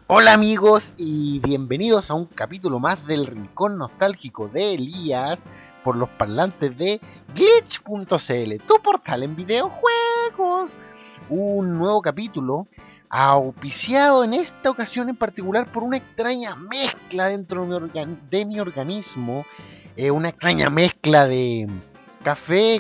Hola amigos y bienvenidos a un capítulo más del Rincón Nostálgico de Elías por los parlantes de Glitch.cl, tu portal en videojuegos. Un nuevo capítulo auspiciado en esta ocasión en particular por una extraña mezcla dentro de mi organismo, una extraña mezcla de café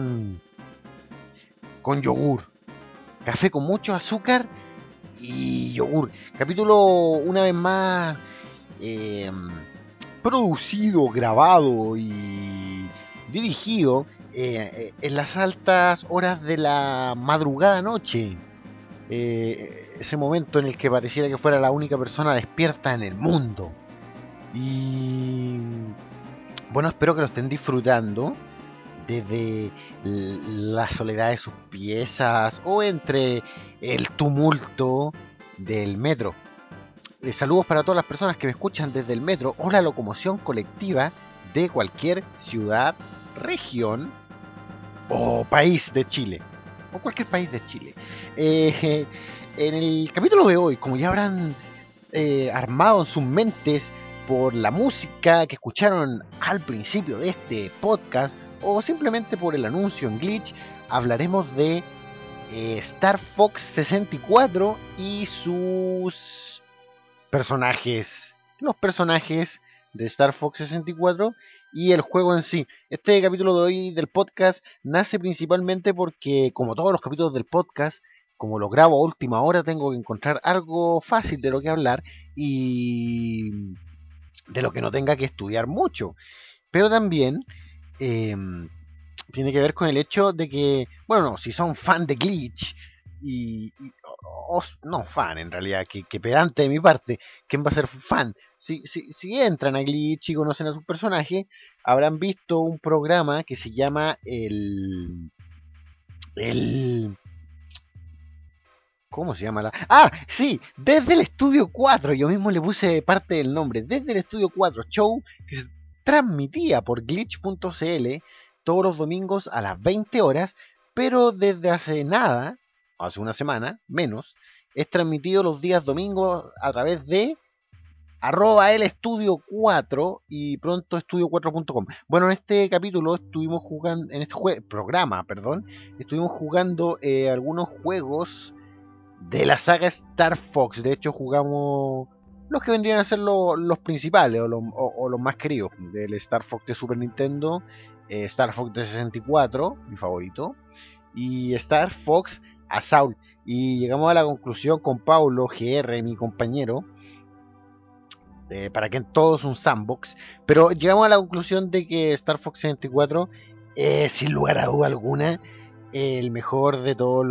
con yogur, café con mucho azúcar y yogur. Capítulo una vez más eh, producido, grabado y dirigido en las altas horas de la madrugada noche. Ese momento en el que pareciera que fuera la única persona despierta en el mundo. Y bueno, espero que lo estén disfrutando desde la soledad de sus piezas o entre el tumulto del metro. Saludos para todas las personas que me escuchan desde el metro o la locomoción colectiva de cualquier ciudad, región o país de Chile. O cualquier país de Chile. En el capítulo de hoy, como ya habrán armado en sus mentes por la música que escucharon al principio de este podcast o simplemente por el anuncio en Glitch, hablaremos de Star Fox 64 y sus personajes, los personajes de Star Fox 64 y el juego en sí. Este capítulo de hoy del podcast nace principalmente porque, como todos los capítulos del podcast, como lo grabo a última hora, tengo que encontrar algo fácil de lo que hablar y de lo que no tenga que estudiar mucho. Pero también eh, tiene que ver con el hecho de que, bueno, no, si son fan de Glitch no fan en realidad, que pedante de mi parte, ¿quién va a ser fan? Si entran a Glitch y conocen a sus personajes, habrán visto un programa que se llama el ¿cómo se llama la? Ah, sí, desde el Estudio 4, yo mismo le puse parte del nombre, desde el Estudio 4, show que se transmitía por glitch.cl todos los domingos a las 20 horas, pero desde hace nada, hace una semana, menos, es transmitido los días domingos a través de el estudio 4 y pronto estudio4.com. Bueno, en este capítulo estuvimos jugando, en este programa, perdón, estuvimos jugando algunos juegos de la saga Star Fox. De hecho, jugamos los que vendrían a ser los principales o los más queridos del Star Fox de Super Nintendo, Star Fox de 64, mi favorito, y Star Fox Assault. Y llegamos a la conclusión con Paulo GR, mi compañero, para que en todo es un sandbox, pero llegamos a la conclusión de que Star Fox 64 es sin lugar a duda alguna el mejor de todos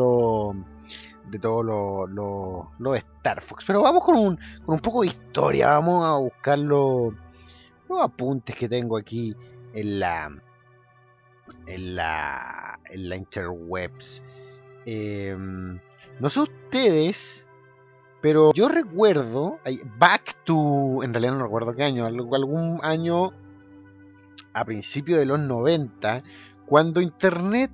los Star Fox. Pero vamos con un poco de historia. Vamos a buscar los apuntes que tengo aquí en la interwebs. No sé ustedes, pero yo recuerdo, en realidad no recuerdo qué año, algún año a principios de los 90, cuando Internet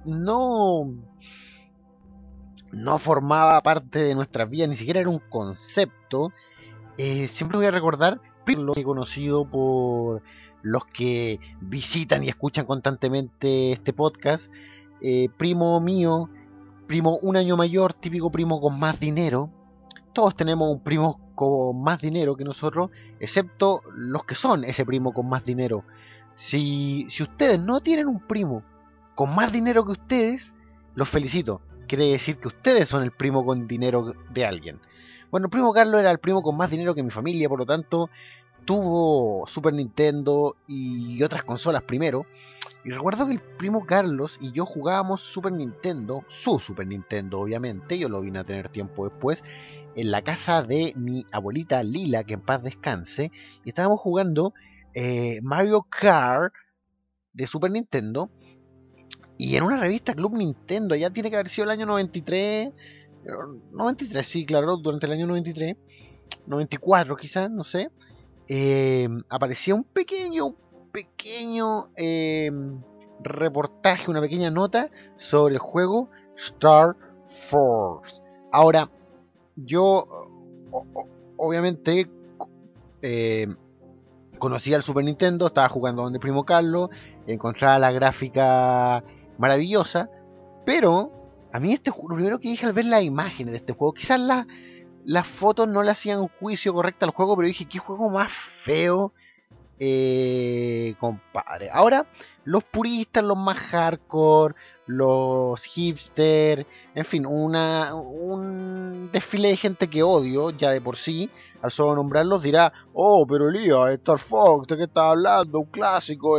no formaba parte de nuestras vidas, ni siquiera era un concepto. Siempre voy a recordar lo que he conocido por los que visitan y escuchan constantemente este podcast. Primo mío, primo un año mayor, típico primo con más dinero. Todos tenemos un primo con más dinero que nosotros, excepto los que son ese primo con más dinero. Si ustedes no tienen un primo con más dinero que ustedes, los felicito. Quiere decir que ustedes son el primo con dinero de alguien. Bueno, el primo Carlos era el primo con más dinero que mi familia, por lo tanto, tuvo Super Nintendo y otras consolas primero. Y recuerdo que el primo Carlos y yo jugábamos Super Nintendo, su Super Nintendo obviamente, yo lo vine a tener tiempo después, en la casa de mi abuelita Lila, que en paz descanse, y estábamos jugando Mario Kart de Super Nintendo, y en una revista Club Nintendo, ya tiene que haber sido el año 93, 93, sí, claro, durante el año 93, 94 quizás, no sé, aparecía un pequeño reportaje, una pequeña nota sobre el juego Star Fox. Ahora, yo obviamente eh, conocía el Super Nintendo, estaba jugando donde Primo Carlos, encontraba la gráfica maravillosa, pero a mí lo primero que dije al ver las imágenes de este juego, quizás las fotos no le hacían juicio correcto al juego, pero dije, qué juego más feo, compadre. Ahora, los puristas, los más hardcore, los hipster, en fin, un desfile de gente que odio ya de por sí, al solo nombrarlos dirá, oh, pero Elías, Star Fox, ¿de qué estás hablando? Un clásico,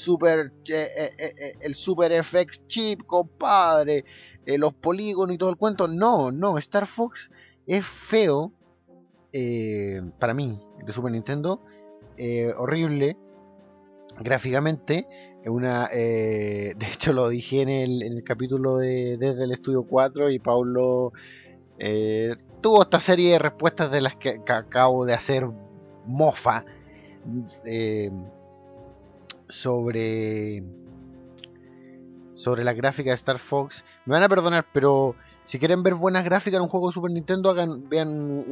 el Super FX Chip, compadre, los polígonos y todo el cuento. No, no, Star Fox es feo, para mí, de Super Nintendo, horrible gráficamente. De hecho, lo dije en el capítulo de Desde el Estudio 4 y Paulo tuvo esta serie de respuestas de las que acabo de hacer mofa eh, sobre, sobre la gráfica de Star Fox. Me van a perdonar, pero si quieren ver buenas gráficas en un juego de Super Nintendo, vean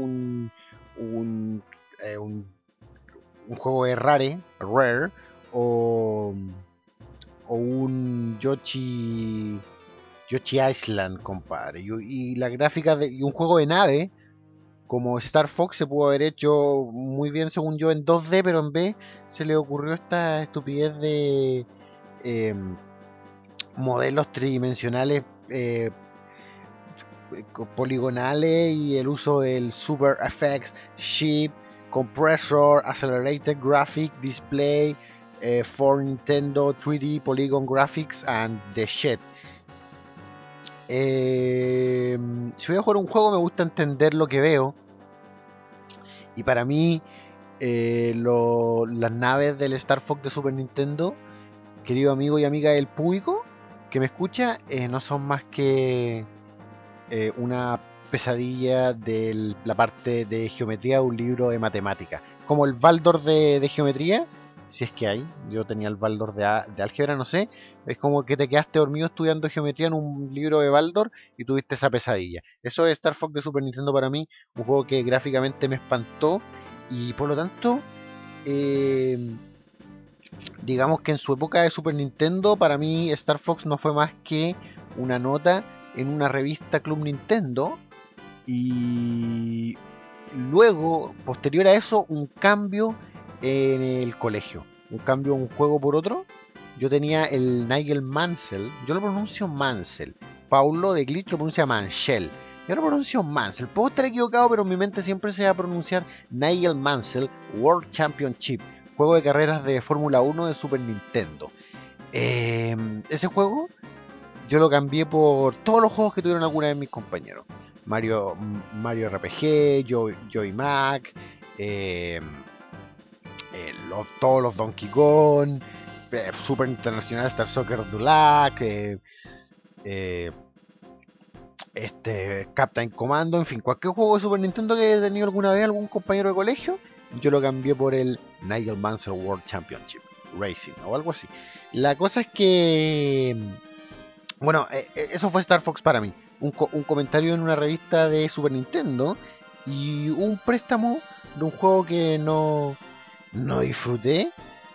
un, eh, un, un juego de Rare o, o un Yoshi Island, compadre. Y la gráfica y un juego de nave como Star Fox se pudo haber hecho muy bien, según yo, en 2D, pero en vez se le ocurrió esta estupidez de eh, modelos tridimensionales poligonales y el uso del Super FX Chip, Compressor, Accelerated Graphic Display for Nintendo 3D Polygon Graphics and the shit. Si voy a jugar un juego, me gusta entender lo que veo. Y para mí, las naves del Star Fox de Super Nintendo, querido amigo y amiga del público que me escucha, no son más que una pesadilla de la parte de geometría de un libro de matemáticas. Como el Baldor de geometría, si es que hay. Yo tenía el Baldor de álgebra, no sé. Es como que te quedaste dormido estudiando geometría en un libro de Baldor y tuviste esa pesadilla. Eso es Star Fox de Super Nintendo para mí. Un juego que gráficamente me espantó. Y por lo tanto, digamos que en su época de Super Nintendo, para mí Star Fox no fue más que una nota en una revista Club Nintendo. Y luego, posterior a eso, un cambio en el colegio. Un cambio, un juego por otro. Yo tenía el Nigel Mansell. Yo lo pronuncio Mansell. Paulo de Glitch lo pronuncia Manchel. Yo lo pronuncio Mansell. Puedo estar equivocado, pero en mi mente siempre se va a pronunciar Nigel Mansell World Championship. Juego de carreras de Fórmula 1 de Super Nintendo. Ese juego yo lo cambié por todos los juegos que tuvieron alguna vez mis compañeros. Mario RPG, Joy Mac, todos los Donkey Kong, Super Internacional Star Soccer Deluxe, Captain Commando, en fin, cualquier juego de Super Nintendo que haya tenido alguna vez algún compañero de colegio, yo lo cambié por el Nigel Mansell World Championship Racing o algo así. La cosa es que, bueno, eso fue Star Fox para mí. Un comentario en una revista de Super Nintendo y un préstamo de un juego que no disfruté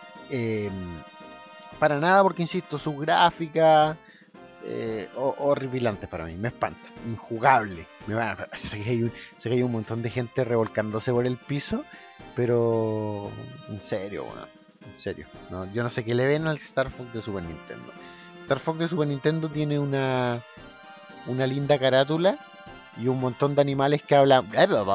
para nada, porque insisto, su gráfica horripilante para mí, me espanta, injugable. Sé que hay un montón de gente revolcándose por el piso, pero en serio, bueno, en serio, no, yo no sé qué le ven al Star Fox de Super Nintendo. Star Fox de Super Nintendo tiene una linda carátula y un montón de animales que hablan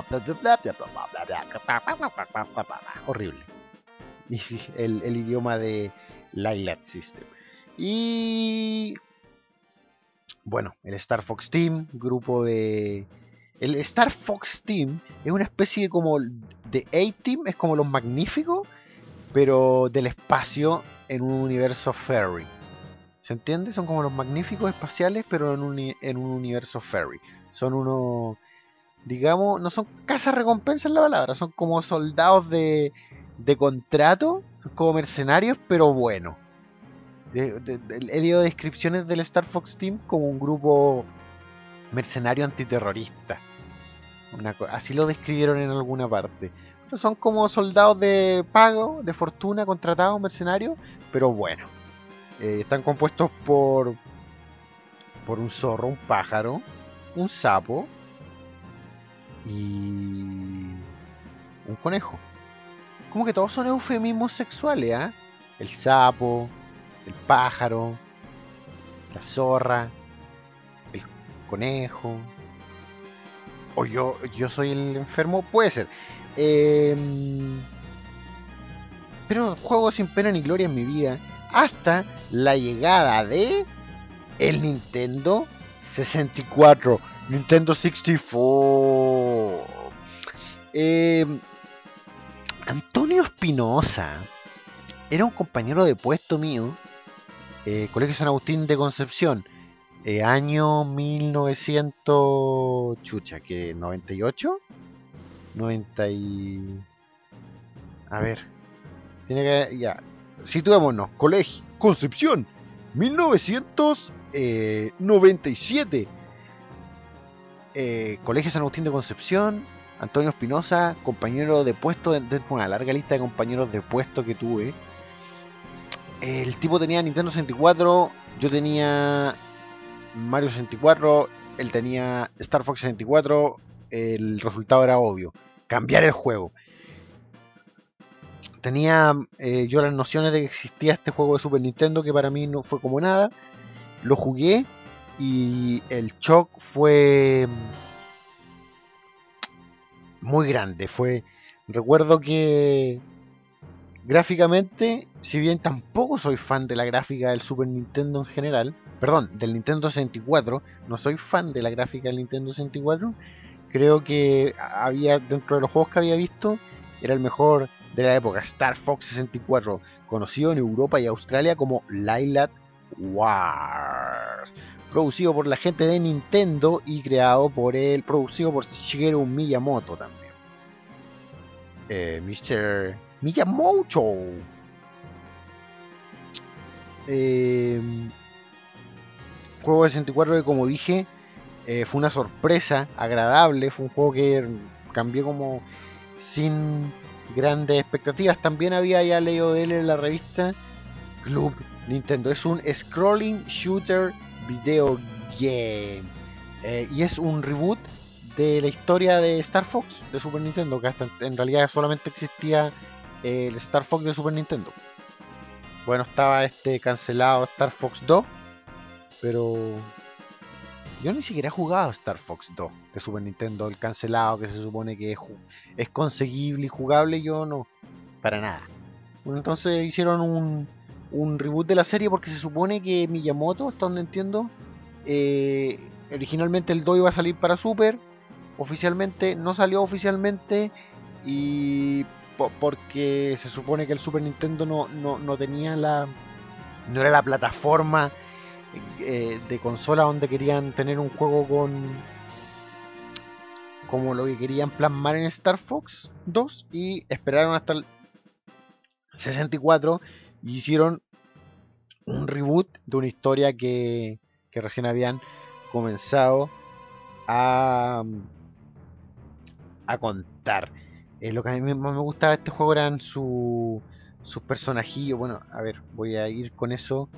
horrible. Y el idioma de Lilac System. Y bueno, el Star Fox Team, grupo de... El Star Fox Team es una especie de como de A-Team, es como los magníficos, pero del espacio en un universo fairy. ¿Se entiende? Son como los magníficos espaciales, pero en un universo fairy. Son unos, digamos, no son cazarrecompensas la palabra, son como soldados de contrato, son como mercenarios, pero bueno. He leído descripciones del Star Fox Team como un grupo mercenario antiterrorista. Así lo describieron en alguna parte. Pero son como soldados de pago, de fortuna, contratados, mercenarios, pero bueno. Están compuestos por un zorro, un pájaro, un sapo y un conejo. Como que todos son eufemismos sexuales, ¿ah? El sapo, el pájaro, la zorra, el conejo. O yo soy el enfermo, puede ser. Pero juego sin pena ni gloria en mi vida. Hasta la llegada de el Nintendo 64. Nintendo 64. Antonio Espinosa era un compañero de puesto mío. Colegio San Agustín de Concepción. Año 1900... Chucha, ¿qué? ¿98? 90 y... A ver. Tiene que... Ya. Situémonos. Colegio Concepción. 1997. Colegio San Agustín de Concepción. Antonio Espinosa, compañero de puesto, de una larga lista de compañeros de puesto que tuve. El tipo tenía Nintendo 64, yo tenía Mario 64, él tenía Star Fox 64, el resultado era obvio, cambiar el juego. Tenía yo las nociones de que existía este juego de Super Nintendo que para mí no fue como nada. Lo jugué y el shock fue muy grande. Recuerdo que gráficamente, si bien tampoco soy fan de la gráfica del Super Nintendo en general, perdón, del Nintendo 64, no soy fan de la gráfica del Nintendo 64, creo que había, dentro de los juegos que había visto, era el mejor de la época, Star Fox 64, conocido en Europa y Australia como Lylat Wars, producido por la gente de Nintendo y producido por Shigeru Miyamoto también. Mr. Miyamoto. Juego de 64 que, como dije, fue una sorpresa agradable. Fue un juego que cambié como sin grandes expectativas. También había ya leído de él en la revista Club Nintendo. Es un scrolling shooter video game. Y es un reboot de la historia de Star Fox de Super Nintendo, que hasta en realidad solamente existía el Star Fox de Super Nintendo. Bueno, estaba cancelado Star Fox 2, pero yo ni siquiera he jugado Star Fox 2 de Super Nintendo, el cancelado que se supone que es conseguible y jugable, yo no, para nada. Bueno, entonces hicieron un reboot de la serie porque se supone que Miyamoto, hasta donde entiendo, originalmente el 2 iba a salir para Super, oficialmente no salió oficialmente y porque se supone que el Super Nintendo no tenía no era la plataforma de consola donde querían tener un juego como lo que querían plasmar en Star Fox 2 y esperaron hasta el 64 y hicieron un reboot de una historia que recién habían comenzado a contar. Lo que a mí más me gustaba de este juego eran sus personajillos. Bueno, a ver, voy a ir con eso.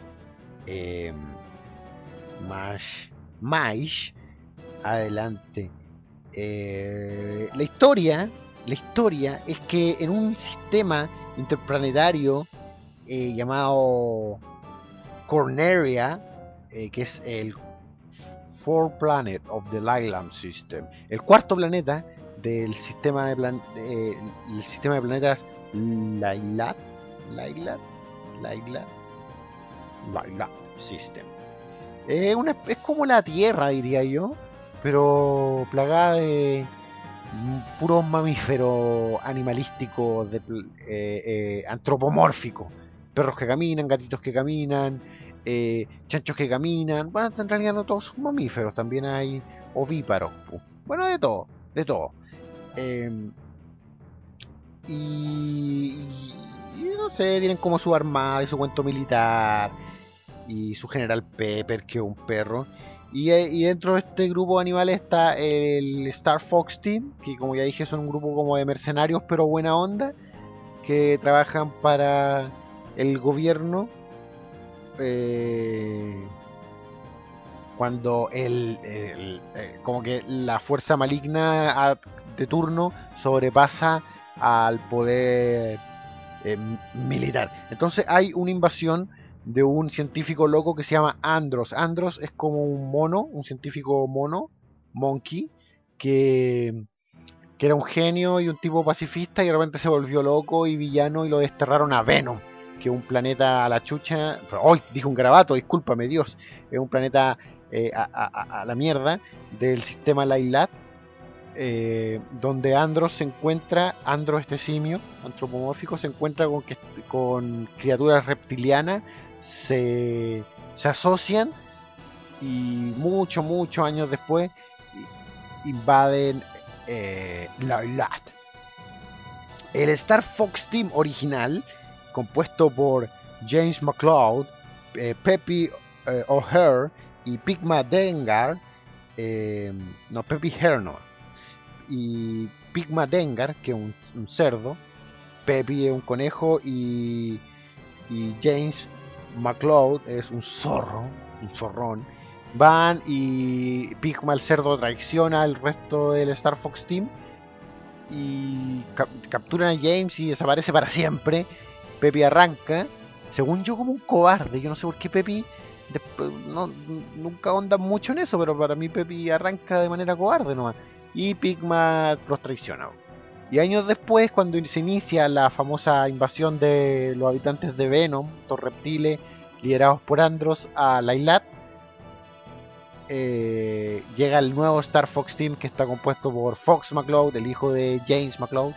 Mash, adelante. La historia es que en un sistema interplanetario llamado Corneria, que es el Fourth Planet of the Lylat System, el cuarto planeta del sistema el sistema de planetas Lylat System. Es como la Tierra, diría yo, pero plagada de puros mamíferos animalísticos, antropomórficos. Perros que caminan, gatitos que caminan, chanchos que caminan. Bueno, en realidad no todos son mamíferos, también hay ovíparos. Bueno, de todo, de todo. Y no sé, tienen como su armada y su cuento militar y su general Pepper, que es un perro. Y dentro de este grupo de animales está el Star Fox Team, que como ya dije son un grupo como de mercenarios pero buena onda, que trabajan para el gobierno eh, cuando como que la fuerza maligna de turno sobrepasa al poder militar. Entonces hay una invasión de un científico loco que se llama Andros. Andros es como un mono, un científico mono, monkey, que, que era un genio y un tipo pacifista y de repente se volvió loco y villano y lo desterraron a Venom, que es un planeta a la chucha. Hoy dije un garabato, discúlpame Dios. Es un planeta a la mierda del sistema Lailat, donde Andros se encuentra, Andros este simio antropomórfico se encuentra con criaturas reptilianas, se asocian y muchos años después invaden Lailat. El Star Fox Team original, compuesto por James McCloud, Peppy O'Hare y Pigma Dengar, no, Peppy Hare no, y Pigma Dengar, que es un cerdo, Peppy es un conejo y James McCloud es un zorro, un zorrón. Van y Pigma el cerdo traiciona al resto del Star Fox Team y capturan a James y desaparece para siempre. Peppy arranca, según yo, como un cobarde. Yo no sé por qué Peppy nunca onda mucho en eso, pero para mí Peppy arranca de manera cobarde nomás. Y Pigma los traiciona. Y años después, cuando se inicia la famosa invasión de los habitantes de Venom, estos reptiles liderados por Andros a Lailat, llega el nuevo Star Fox Team que está compuesto por Fox McCloud, el hijo de James McCloud,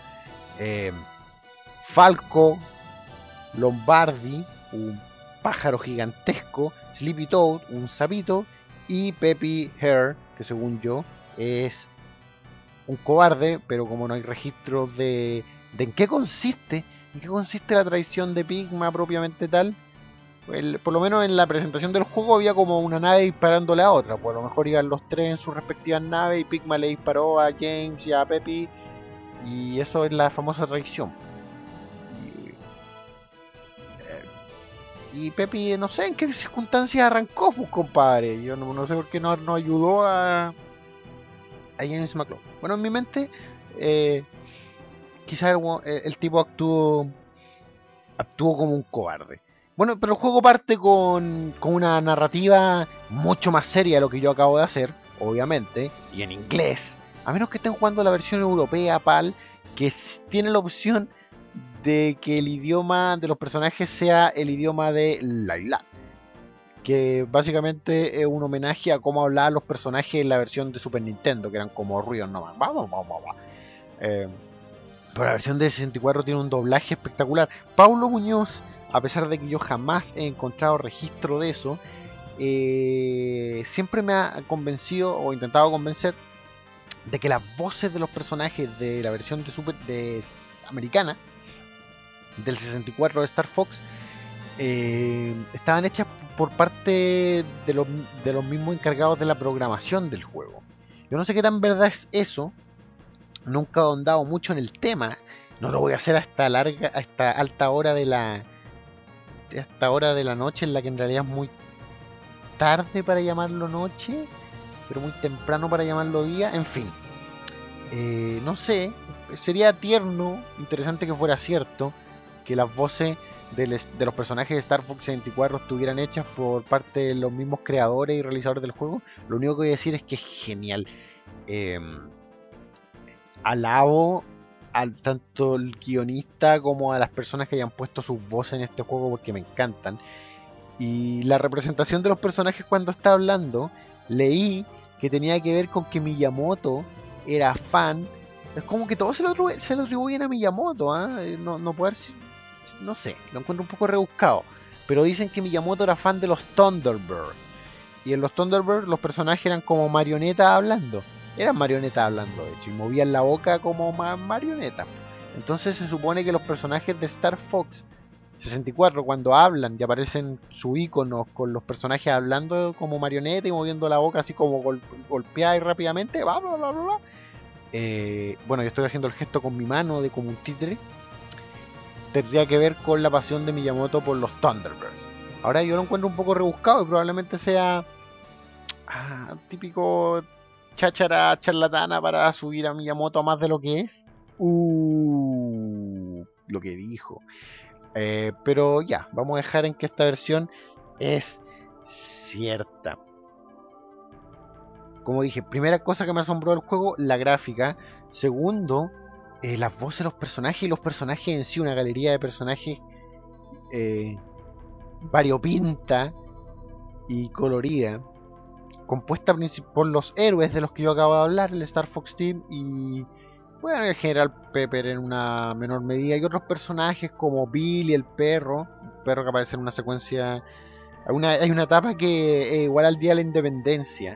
Falco, Lombardi, un pájaro gigantesco, Sleepy Toad, un sapito, y Peppy Hare, que según yo es un cobarde, pero como no hay registros de en qué consiste la traición de Pigma propiamente tal. Por lo menos en la presentación del juego había como una nave disparándole a otra, pues a lo mejor iban los tres en sus respectivas naves y Pigma le disparó a James y a Peppy, y eso es la famosa traición. Y Peppy, no sé en qué circunstancias arrancó, pues compadre. Yo no sé por qué no ayudó a James McCloud. Bueno, en mi mente, quizás el tipo actuó como un cobarde. Bueno, pero el juego parte con una narrativa mucho más seria de lo que yo acabo de hacer, obviamente, y en inglés. A menos que estén jugando la versión europea, PAL, que tiene la opción de que el idioma de los personajes sea el idioma de Lailat, que básicamente es un homenaje a cómo hablaban los personajes en la versión de Super Nintendo, que eran como ruidos nomás. Vamos. Pero la versión de 64 tiene un doblaje espectacular. Paulo Muñoz, a pesar de que yo jamás he encontrado registro de eso, siempre me ha convencido o intentado convencer de que las voces de los personajes de la versión americana del 64 de Star Fox estaban hechas por parte de los mismos encargados de la programación del juego. Yo no sé qué tan verdad es eso, nunca he ahondado mucho en el tema, no lo voy a hacer hasta alta hora de la noche, en la que en realidad es muy tarde para llamarlo noche, pero muy temprano para llamarlo día, en fin. No sé, sería tierno, interesante que fuera cierto, que las voces de los personajes de Star Fox 64 estuvieran hechas por parte de los mismos creadores y realizadores del juego. Lo único que voy a decir es que es genial. Alabo tanto el guionista como a las personas que hayan puesto sus voces en este juego porque me encantan. Y la representación de los personajes cuando está hablando, leí que tenía que ver con que Miyamoto era fan. Es como que todo se lo atribuyen a Miyamoto, ¿eh? No poder, no sé, lo encuentro un poco rebuscado. Pero dicen que Miyamoto era fan de los Thunderbirds. Y en los Thunderbirds los personajes eran como marionetas hablando. Eran marionetas hablando, de hecho, y movían la boca como marionetas. Entonces se supone que los personajes de Star Fox 64, cuando hablan y aparecen sus iconos con los personajes hablando como marioneta y moviendo la boca así como golpeada y rápidamente, bla bla bla bla. Bueno, yo estoy haciendo el gesto con mi mano de como un títere. Tendría que ver con la pasión de Miyamoto por los Thunderbirds. Ahora yo lo encuentro un poco rebuscado y probablemente sea típico cháchara charlatana para subir a Miyamoto a más de lo que es. Lo que dijo. Pero ya, vamos a dejar en que esta versión es cierta. Como dije, primera cosa que me asombró del juego, la gráfica. Segundo, las voces de los personajes y los personajes en sí, una galería de personajes variopinta y colorida, compuesta por los héroes de los que yo acabo de hablar, el Star Fox Team y bueno, el General Pepper en una menor medida, y otros personajes como Billy, el perro que aparece en una secuencia. Hay una etapa que igual al día de la independencia,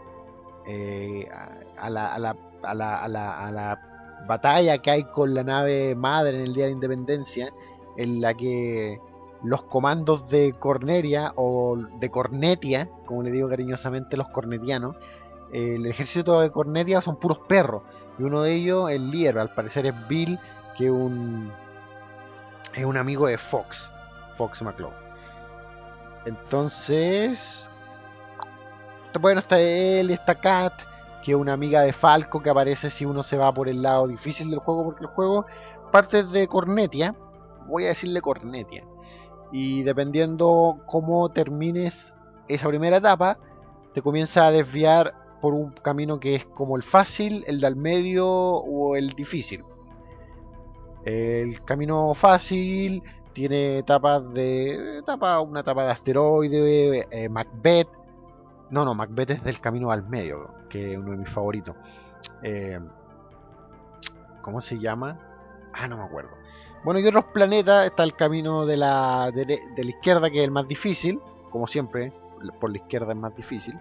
a la batalla que hay con la nave madre en el día de la independencia, en la que los comandos de Corneria o de Cornetia, como le digo cariñosamente los cornetianos, el ejército de Cornetia son puros perros, y uno de ellos, el líder, al parecer es Bill, que es un amigo de Fox McCloud. Entonces, bueno, está él, está Kat, que es una amiga de Falco que aparece si uno se va por el lado difícil del juego, porque el juego parte de Cornetia, voy a decirle Cornetia, y dependiendo cómo termines esa primera etapa, te comienza a desviar por un camino que es como el fácil, el del medio o el difícil. El camino fácil tiene una etapa de asteroide, Macbeth. No, Macbeth es del camino al medio, que es uno de mis favoritos. ¿Cómo se llama? No me acuerdo. Bueno, y otros planetas, está el camino de la izquierda, que es el más difícil, como siempre, por la izquierda es más difícil.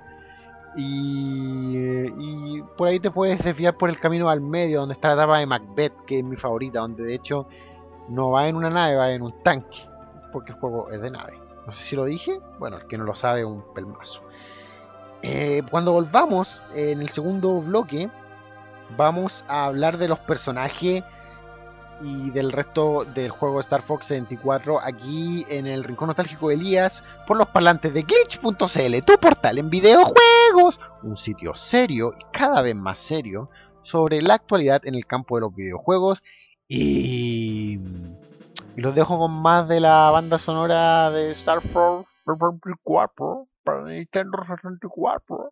Y por ahí te puedes desviar por el camino al medio, donde está la etapa de Macbeth, que es mi favorita, donde de hecho no va en una nave, va en un tanque, porque el juego es de nave. No sé si lo dije, bueno, el que no lo sabe, un pelmazo. Cuando volvamos en el segundo bloque, vamos a hablar de los personajes y del resto del juego Star Fox 64 aquí en el Rincón Nostálgico de Elías por los parlantes de Glitch.cl, tu portal en videojuegos, un sitio serio y cada vez más serio sobre la actualidad en el campo de los videojuegos. Y los dejo con más de la banda sonora de Star Fox 64 para Nintendo 64.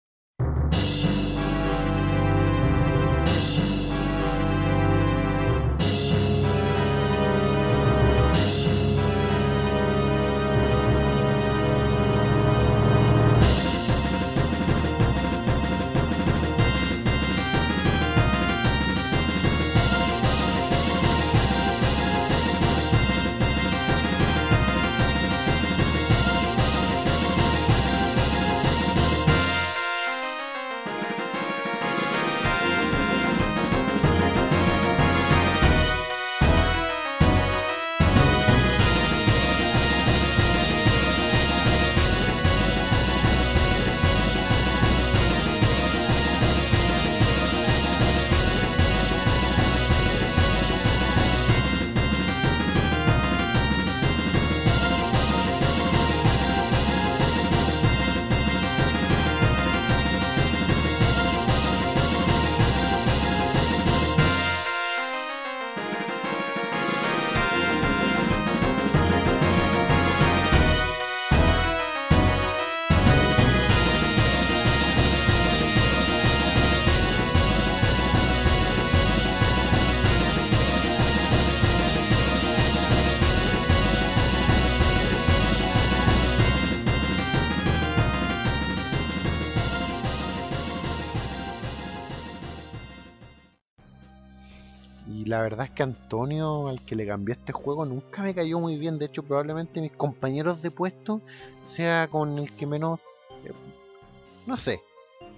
Y la verdad es que Antonio, al que le cambié este juego, nunca me cayó muy bien. De hecho, probablemente mis compañeros de puesto sea con el que menos... no sé.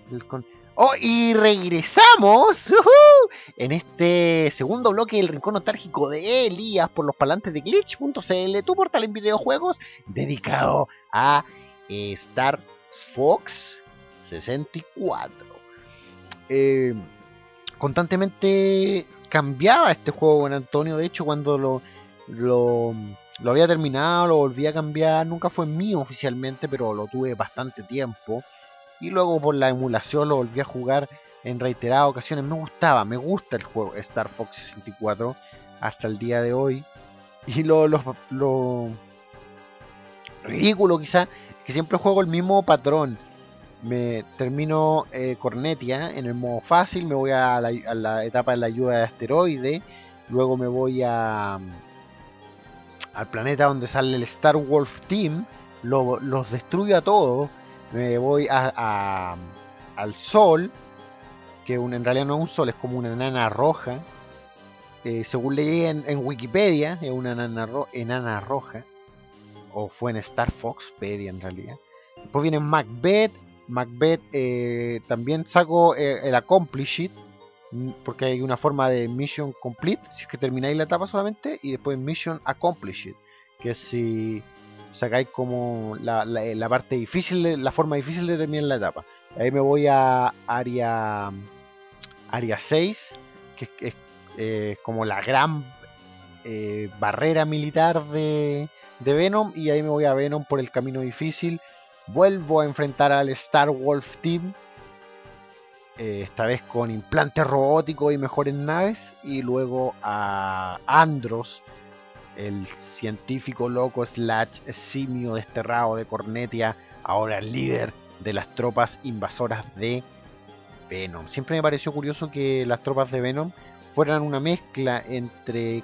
Oh, y regresamos en este segundo bloque del rincón nostálgico de Elías por los parlantes de glitch.cl, tu portal en videojuegos dedicado a Star Fox 64. Constantemente cambiaba este juego, Juan Antonio. De hecho, cuando lo había terminado, lo volví a cambiar. Nunca fue mío oficialmente, pero lo tuve bastante tiempo. Y luego por la emulación lo volví a jugar en reiteradas ocasiones. Me gusta el juego Star Fox 64 hasta el día de hoy. Y lo ridículo quizá es que siempre juego el mismo patrón. Me termino Cornetia en el modo fácil, me voy a la etapa de la ayuda de asteroide, luego me voy al planeta donde sale el Star Wolf Team, los destruyo a todos, me voy al sol, que en realidad no es un sol, es como una enana roja, según leí en Wikipedia, es una enana roja, o fue en Star Foxpedia en realidad. Después viene Macbeth, también saco el Accomplish It, porque hay una forma de Mission Complete, si es que termináis la etapa solamente, y después Mission Accomplish It, que es si sacáis como la parte difícil, la forma difícil de terminar la etapa. Ahí me voy a área 6, que es como la gran barrera militar de Venom, y ahí me voy a Venom por el camino difícil. Vuelvo a enfrentar al Star Wolf Team, esta vez con implantes robóticos y mejores naves, y luego a Andros, el científico loco / simio desterrado de Cornetia, ahora el líder de las tropas invasoras de Venom. Siempre me pareció curioso que las tropas de Venom fueran una mezcla entre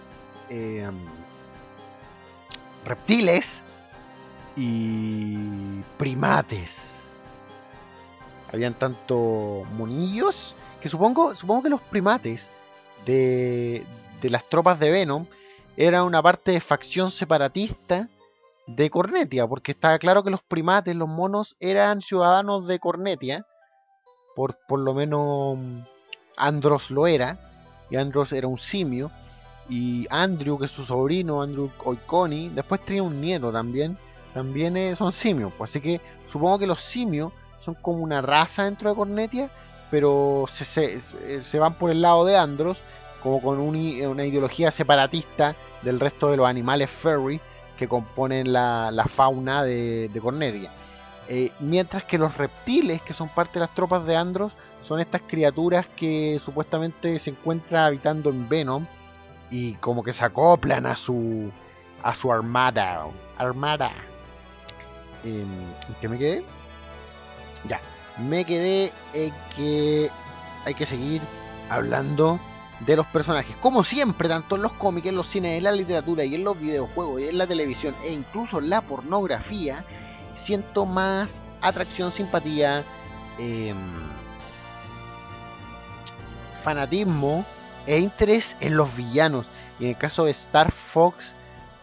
reptiles y primates. Habían tanto monillos que supongo que los primates de las tropas de Venom eran una parte de facción separatista de Cornetia, porque estaba claro que los primates, los monos, eran ciudadanos de Cornetia, por lo menos Andros lo era, y Andros era un simio, y Andrew, que es su sobrino, Andrew Oikoni, después tenía un nieto también son simios, pues, así que supongo que los simios son como una raza dentro de Cornetia, pero se van por el lado de Andros, como con una ideología separatista del resto de los animales furry que componen la fauna de Cornetia. Mientras que los reptiles, que son parte de las tropas de Andros, son estas criaturas que supuestamente se encuentran habitando en Venom y como que se acoplan a su armada. ¿En qué me quedé? Ya, me quedé en que hay que seguir hablando de los personajes. Como siempre, tanto en los cómics, en los cines, en la literatura y en los videojuegos y en la televisión e incluso en la pornografía, siento más atracción, simpatía, fanatismo e interés en los villanos. Y en el caso de Star Fox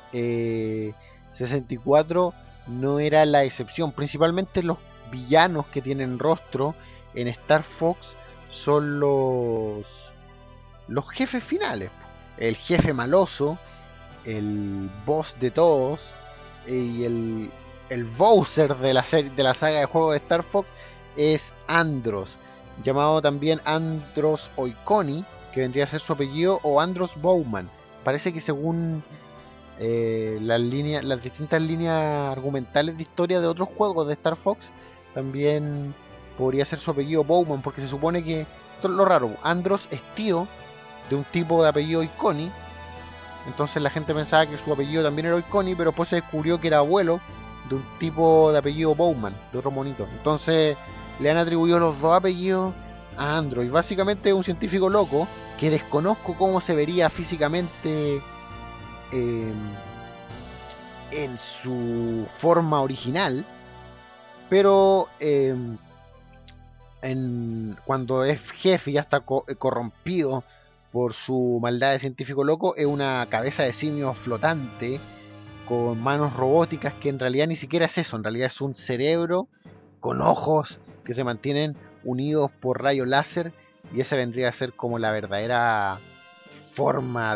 64 no era la excepción. Principalmente los villanos que tienen rostro en Star Fox son los jefes finales. El jefe maloso, el boss de todos, y el Bowser de la saga de juegos de Star Fox es Andros, llamado también Andros Oikoni, que vendría a ser su apellido, o Andros Bowman. Parece que según las distintas líneas argumentales de historia de otros juegos de Star Fox, también podría ser su apellido Bowman, porque se supone que, esto es lo raro, Andros es tío de un tipo de apellido Oikoni, entonces la gente pensaba que su apellido también era Oikoni, pero después se descubrió que era abuelo de un tipo de apellido Bowman, de otro monito. Entonces le han atribuido los dos apellidos a Andros, y básicamente es un científico loco que desconozco cómo se vería físicamente en su forma original, pero cuando es jefe y ya está corrompido por su maldad de científico loco, es una cabeza de simio flotante con manos robóticas, que en realidad ni siquiera es eso, en realidad es un cerebro con ojos que se mantienen unidos por rayo láser, y esa vendría a ser como la verdadera forma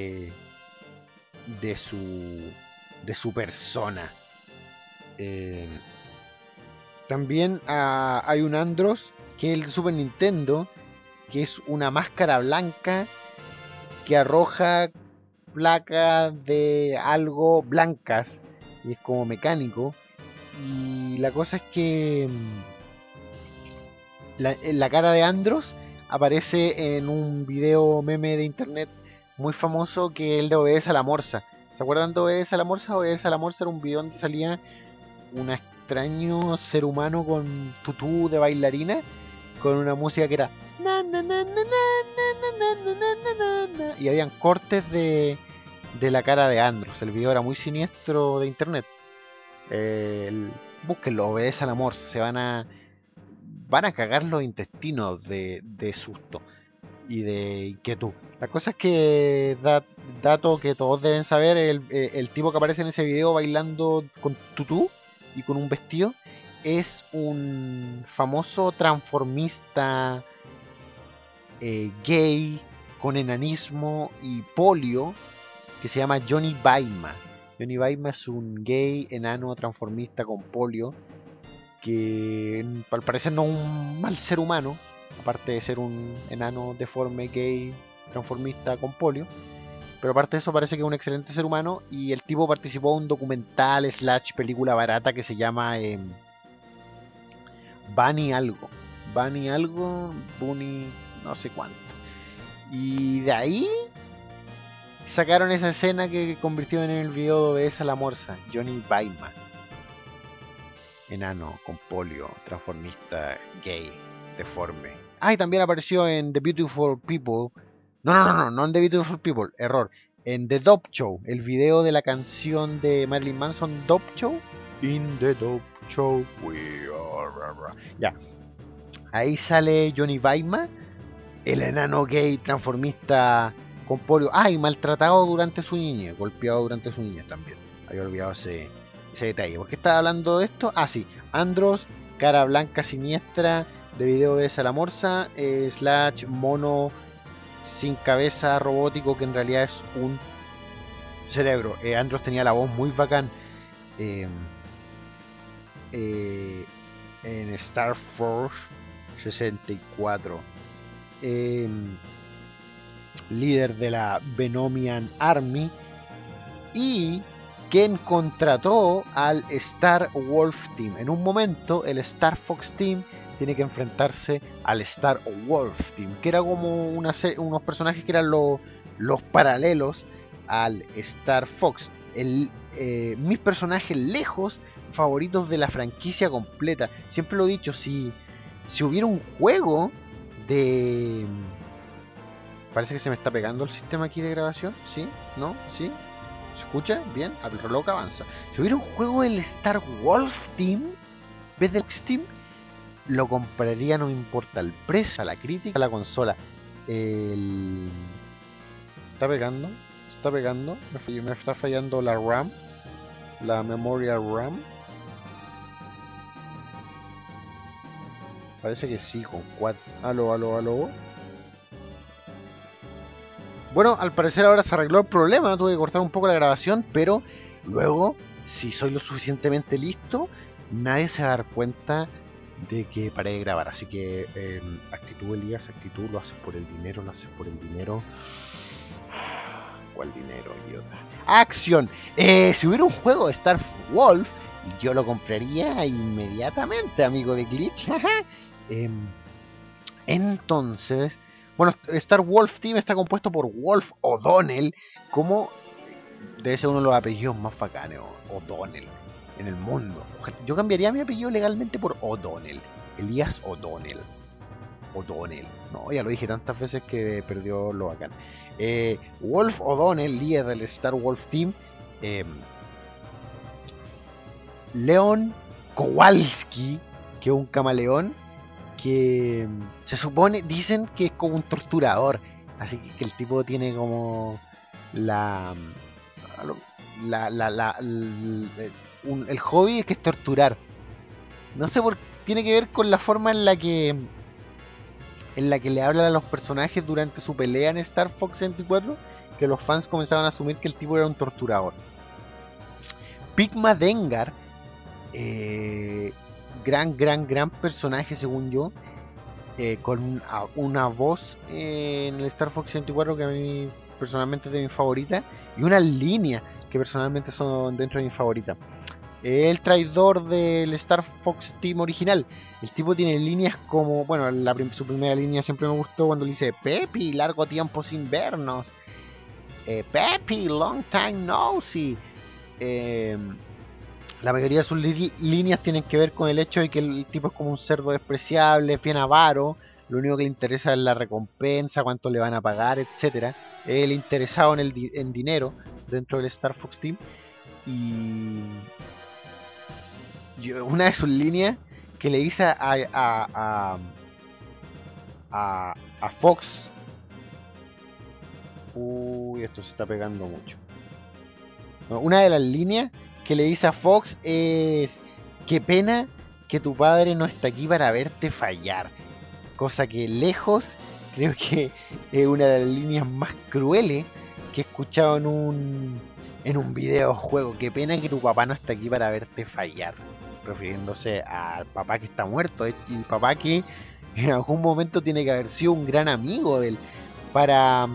de su persona. También hay un Andros, que es el de Super Nintendo, que es una máscara blanca que arroja placas de algo blancas, y es como mecánico. Y la cosa es que la cara de Andros aparece en un video meme de internet muy famoso, que es el de Obedece a la Morsa. ¿Se acuerdan de Obedece a la Morsa? Obedece a la Morsa era un video donde salía un extraño ser humano con tutú de bailarina, con una música que era y habían cortes de la cara de Andros. El video era muy siniestro de internet. Búsquenlo, Obedece a la Morsa. Se van a cagar los intestinos de susto y de inquietud. La cosa es que, dato que todos deben saber, el tipo que aparece en ese video bailando con tutú y con un vestido es un famoso transformista gay con enanismo y polio que se llama Johnny Baima. Johnny Baima es un gay enano transformista con polio que al parecer no es un mal ser humano, aparte de ser un enano deforme gay transformista con polio, pero aparte de eso parece que es un excelente ser humano. Y el tipo participó en un documental / película barata que se llama Bunny algo, Bunny no sé cuánto, y de ahí sacaron esa escena que convirtió en el video de Obedece a la Morsa. Johnny Baima, enano con polio, transformista, gay, deforme. Y también apareció en The Beautiful People. No en The Beautiful People, error. En The Dope Show, el video de la canción de Marilyn Manson, Dope Show. In the Dope Show, we are. Ya. Ahí sale Johnny Baima, el enano gay transformista con polio. Y maltratado durante su niñez, golpeado durante su niñez también. Había olvidado ese detalle. ¿Por qué estaba hablando de esto? Sí, Andros, cara blanca siniestra de video de la Morsa, / mono sin cabeza robótico que en realidad es un cerebro. Andros tenía la voz muy bacán en Star Force 64. Líder de la Venomian Army, y quien contrató al Star Wolf Team. En un momento el Star Fox Team tiene que enfrentarse al Star Wolf Team, que era como unos personajes que eran los paralelos al Star Fox. Mis personajes lejos favoritos de la franquicia completa. Siempre lo he dicho, si hubiera un juego de... Parece que se me está pegando el sistema aquí de grabación. ¿Sí? ¿No? ¿Sí? ¿Se escucha? Bien, el reloj avanza. Si hubiera un juego del Star Wolf Team en vez del Fox Team, lo compraría, no me importa el precio, a la crítica, a la consola. Está pegando. Me está fallando la RAM, la memoria RAM. Parece que sí, con 4. Aló. Bueno, al parecer ahora se arregló el problema. Tuve que cortar un poco la grabación, pero luego, si soy lo suficientemente listo, nadie se va a dar cuenta de que paré de grabar. Así que actitud, Elías, actitud. Lo haces por el dinero, ¿Cuál dinero, idiota? ¡Acción! Si hubiera un juego de Star Wolf, yo lo compraría inmediatamente, amigo de Glitch. Entonces, bueno, Star Wolf Team está compuesto por Wolf O'Donnell, como debe ser uno de los apellidos más bacanes, O'Donnell, en el mundo. Yo cambiaría mi apellido legalmente por O'Donnell, Elías O'Donnell. No, ya lo dije tantas veces que perdió lo bacán. Wolf O'Donnell, líder del Star Wolf Team. Leon Kowalski, que es un camaleón que se supone, dicen que es como un torturador, así que el tipo tiene como el hobby es que es torturar. No sé tiene que ver con la forma en la que le hablan a los personajes durante su pelea en Star Fox 64, que los fans comenzaban a asumir que el tipo era un torturador. Pigma Dengar, gran personaje según yo, con una voz en el Star Fox 64 que a mí personalmente es de mis favoritas, y unas líneas que personalmente son dentro de mis favoritas. El traidor del Star Fox Team original. El tipo tiene líneas como, bueno, su primera línea siempre me gustó cuando le dice: Pepi, largo tiempo sin vernos. Pepi, long time no see. La mayoría de sus líneas tienen que ver con el hecho de que el tipo es como un cerdo despreciable, bien avaro. Lo único que le interesa es la recompensa, cuánto le van a pagar, etcétera. El interesado en dinero dentro del Star Fox Team. Y una de sus líneas que le dice a Fox. Uy, esto se está pegando mucho. Una de las líneas que le dice a Fox es: qué pena que tu padre no está aquí para verte fallar. Cosa que lejos creo que es una de las líneas más crueles que he escuchado en un videojuego. Qué pena que tu papá no está aquí para verte fallar, refiriéndose al papá que está muerto, y el papá que en algún momento tiene que haber sido un gran amigo de él, para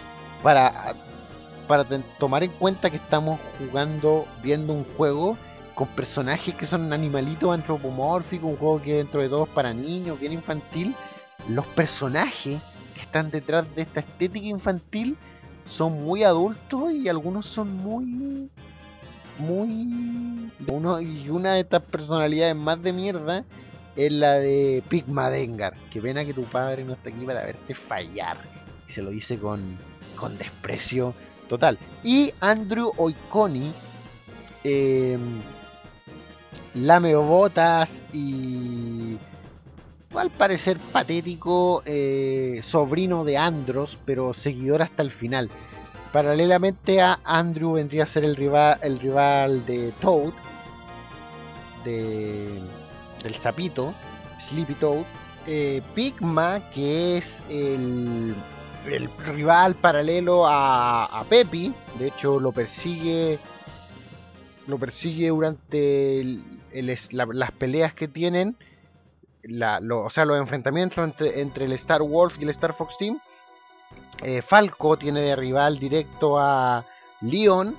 tomar en cuenta que estamos viendo un juego con personajes que son animalitos antropomórficos, un juego que dentro de todo es para niños, bien infantil. Los personajes que están detrás de esta estética infantil son muy adultos y algunos son muy... Y una de estas personalidades más de mierda es la de Pigma Dengar. Qué pena que tu padre no está aquí para verte fallar. Y se lo dice con desprecio total. Y Andrew Oikoni, lamebotas y al parecer patético, sobrino de Andros, pero seguidor hasta el final. Paralelamente a Andrew vendría a ser el rival de Toad, del sapito, Sleepy Toad. Pigma, que es el rival paralelo a Pepi. De hecho lo persigue durante las peleas que tienen, los enfrentamientos entre el Star Wolf y el Star Fox Team. Falco tiene de rival directo a Leon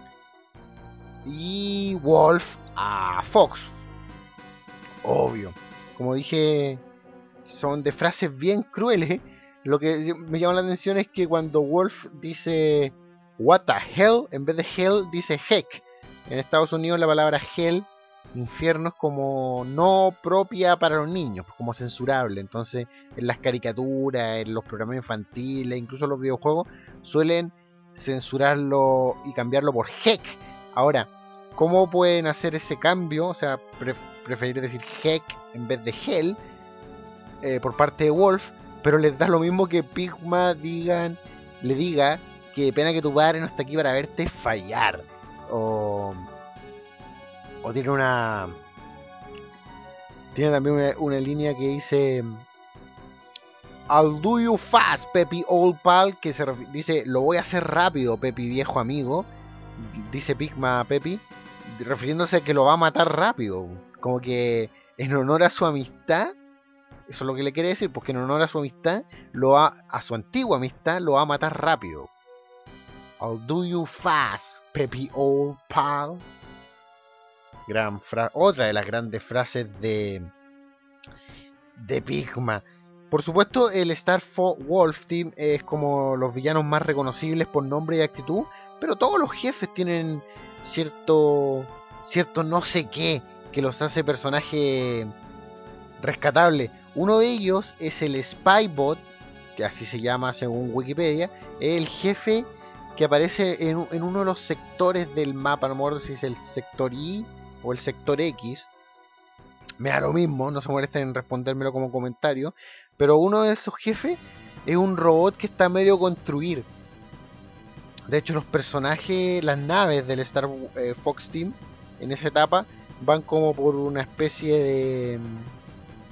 y Wolf a Fox. Obvio, como dije, son de frases bien crueles. Lo que me llama la atención es que cuando Wolf dice what the hell, en vez de hell dice heck. En Estados Unidos la palabra hell, infierno, es como no propia para los niños, como censurable. Entonces en las caricaturas, en los programas infantiles, incluso en los videojuegos, suelen censurarlo y cambiarlo por heck. Ahora, ¿cómo pueden hacer ese cambio? O sea, preferir decir heck en vez de hell, por parte de Wolf, pero les da lo mismo que Pigma le diga que pena que tu padre no está aquí para verte fallar. O tiene también una línea que dice I'll do you fast, Pepi old pal, que dice lo voy a hacer rápido, Pepi viejo amigo. Dice Pigma a Pepi, refiriéndose a que lo va a matar rápido, como que en honor a su amistad. Eso es lo que le quiere decir, porque en honor a su amistad, a su antigua amistad, lo va a matar rápido. I'll do you fast, Pepi old pal. Otra de las grandes frases de Pigma. Por supuesto, el Star Fox Wolf Team es como los villanos más reconocibles por nombre y actitud, pero todos los jefes tienen cierto no sé qué que los hace personajes rescatables. Uno de ellos es el Spybot, que así se llama según Wikipedia, el jefe que aparece en uno de los sectores del mapa. No me acuerdo si es el sector Y o el sector X, me da lo mismo, no se molesten en respondérmelo como comentario, pero uno de esos jefes es un robot que está medio construir. De hecho, los personajes, las naves del Star Fox Team en esa etapa van como por una especie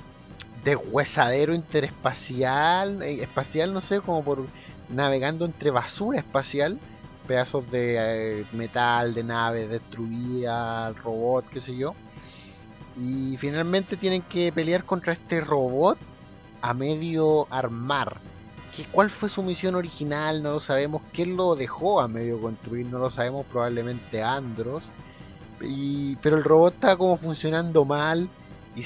deshuesadero interespacial, espacial, no sé, como por navegando entre basura espacial, pedazos de metal, de naves destruidas, robot, qué sé yo. Y finalmente tienen que pelear contra este robot a medio armar. ¿Cuál fue su misión original? No lo sabemos. ¿Quién lo dejó a medio construir? No lo sabemos. Probablemente Andros. Pero el robot está como funcionando mal y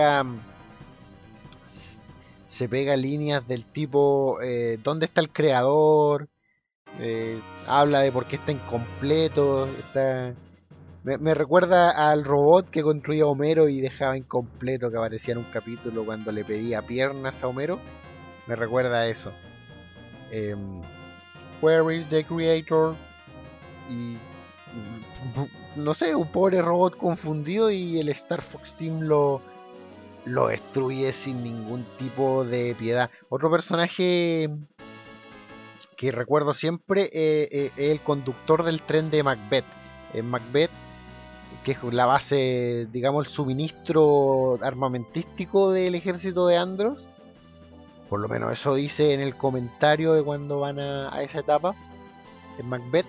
se pega líneas del tipo ¿dónde está el creador? Habla de por qué está incompleto. Me recuerda al robot que construía Homero y dejaba incompleto, que aparecía en un capítulo cuando le pedía piernas a Homero. Me recuerda a eso. Where is the creator? Y no sé, un pobre robot confundido y el Star Fox Team lo destruye sin ningún tipo de piedad. Otro personaje que recuerdo siempre es el conductor del tren de Macbeth. En Macbeth, que es la base, digamos, el suministro armamentístico del ejército de Andros. Por lo menos eso dice en el comentario de cuando van a esa etapa, en Macbeth.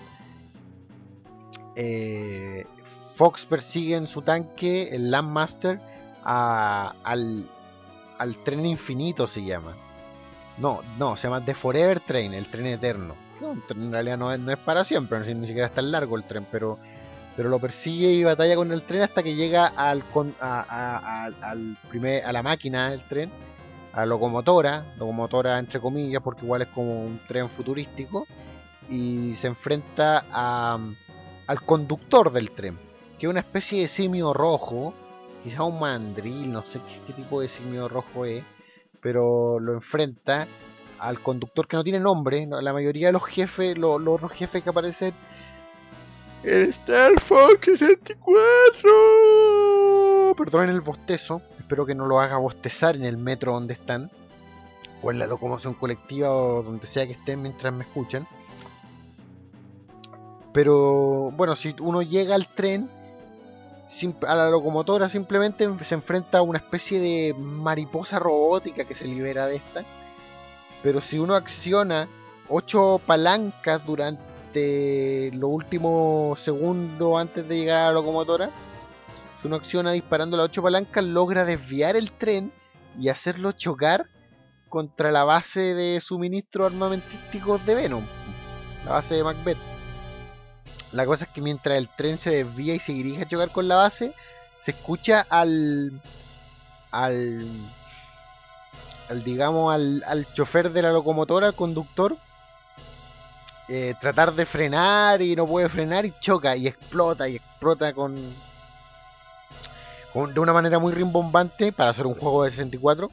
Fox persigue en su tanque, el Landmaster, al tren infinito se llama. No, se llama The Forever Train, el tren eterno. En realidad no es para siempre, ni siquiera es tan largo el tren, pero lo persigue y batalla con el tren hasta que llega a la máquina del tren, a la locomotora entre comillas, porque igual es como un tren futurístico, y se enfrenta al conductor del tren, que es una especie de simio rojo, quizá un mandril, no sé qué tipo de simio rojo es, pero lo enfrenta al conductor que no tiene nombre. La mayoría de los jefes, los otros jefes que aparecen en Star Fox 64. Perdonen el bostezo, espero que no lo haga bostezar en el metro donde están, o en la locomoción colectiva, o donde sea que estén mientras me escuchan. Pero bueno, si uno llega al tren, a la locomotora, simplemente se enfrenta a una especie de mariposa robótica que se libera de esta. Pero si uno acciona 8 palancas durante los últimos segundos antes de llegar a la locomotora, si uno acciona disparando las 8 palancas, logra desviar el tren y hacerlo chocar contra la base de suministro armamentísticos de Venom, la base de Macbeth. La cosa es que mientras el tren se desvía y se dirige a chocar con la base, se escucha al chofer de la locomotora, al conductor, tratar de frenar y no puede frenar y choca y explota de una manera muy rimbombante para hacer un juego de 64.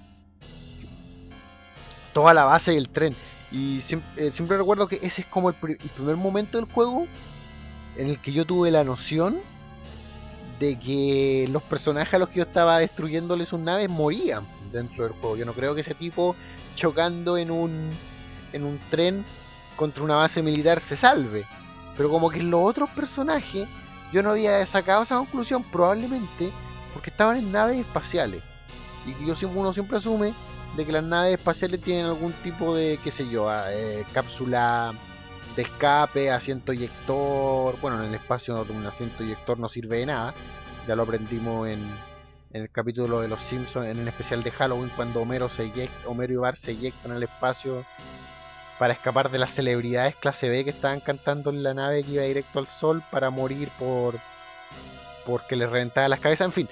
Toda la base y el tren. Y siempre recuerdo que ese es como el primer momento del juego en el que yo tuve la noción de que los personajes a los que yo estaba destruyéndole sus naves morían dentro del juego. Yo no creo que ese tipo chocando en un tren contra una base militar se salve. Pero como que los otros personajes yo no había sacado esa conclusión, probablemente porque estaban en naves espaciales. Y uno siempre asume de que las naves espaciales tienen algún tipo de, qué sé yo, cápsula de escape, asiento eyector. Bueno, en el espacio un asiento eyector no sirve de nada. Ya lo aprendimos en el capítulo de los Simpsons, en el especial de Halloween, cuando Homero y Bart se eyectan al espacio para escapar de las celebridades clase B que estaban cantando en la nave que iba directo al sol para morir porque les reventaba las cabezas. En fin,